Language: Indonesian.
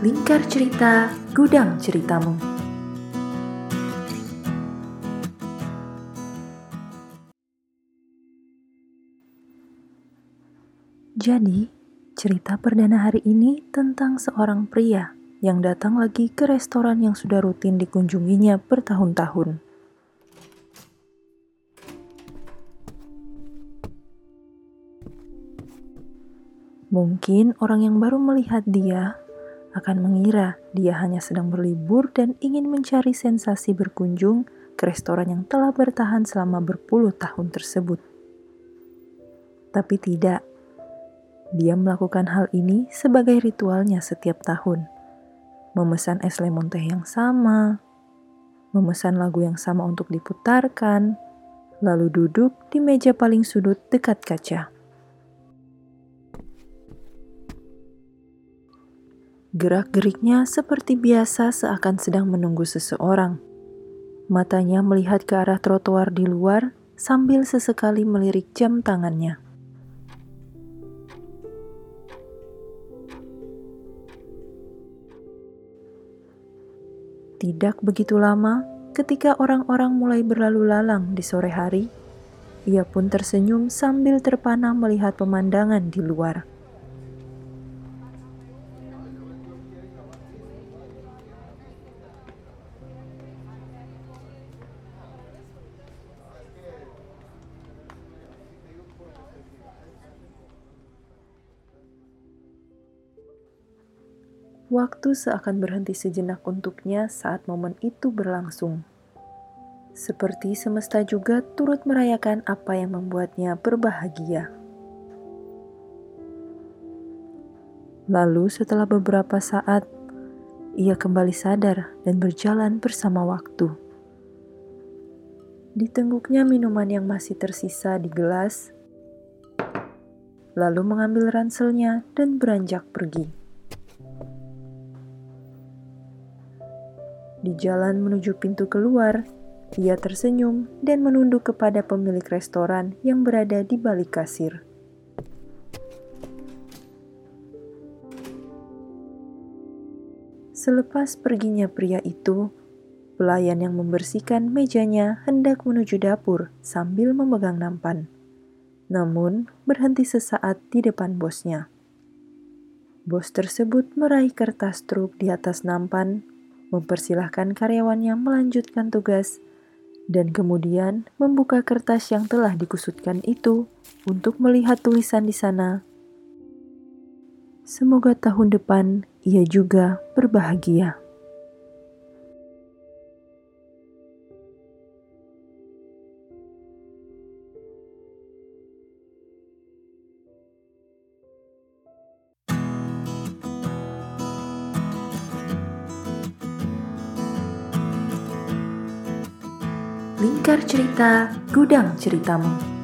Lingkar Cerita, Gudang Ceritamu. Jadi, cerita perdana hari ini tentang seorang pria yang datang lagi ke restoran yang sudah rutin dikunjunginya bertahun-tahun. Mungkin orang yang baru melihat dia akan mengira dia hanya sedang berlibur dan ingin mencari sensasi berkunjung ke restoran yang telah bertahan selama berpuluh tahun tersebut. Tapi tidak, dia melakukan hal ini sebagai ritualnya setiap tahun. Memesan es lemon teh yang sama, memesan lagu yang sama untuk diputarkan, lalu duduk di meja paling sudut dekat kaca. Gerak-geriknya seperti biasa seakan sedang menunggu seseorang. Matanya melihat ke arah trotoar di luar sambil sesekali melirik jam tangannya. Tidak begitu lama, ketika orang-orang mulai berlalu lalang di sore hari, ia pun tersenyum sambil terpana melihat pemandangan di luar. Waktu seakan berhenti sejenak untuknya saat momen itu berlangsung. Seperti semesta juga turut merayakan apa yang membuatnya berbahagia. Lalu setelah beberapa saat, ia kembali sadar dan berjalan bersama waktu. Ditengguknya minuman yang masih tersisa di gelas, lalu mengambil ranselnya dan beranjak pergi. Di jalan menuju pintu keluar, ia tersenyum dan menunduk kepada pemilik restoran yang berada di balik kasir. Selepas perginya pria itu, pelayan yang membersihkan mejanya hendak menuju dapur sambil memegang nampan. Namun, berhenti sesaat di depan bosnya. Bos tersebut meraih kertas truk di atas nampan, mempersilahkan karyawannya melanjutkan tugas, dan kemudian membuka kertas yang telah dikusutkan itu untuk melihat tulisan di sana. Semoga tahun depan ia juga berbahagia. Lingkar Cerita, Gudang Ceritamu.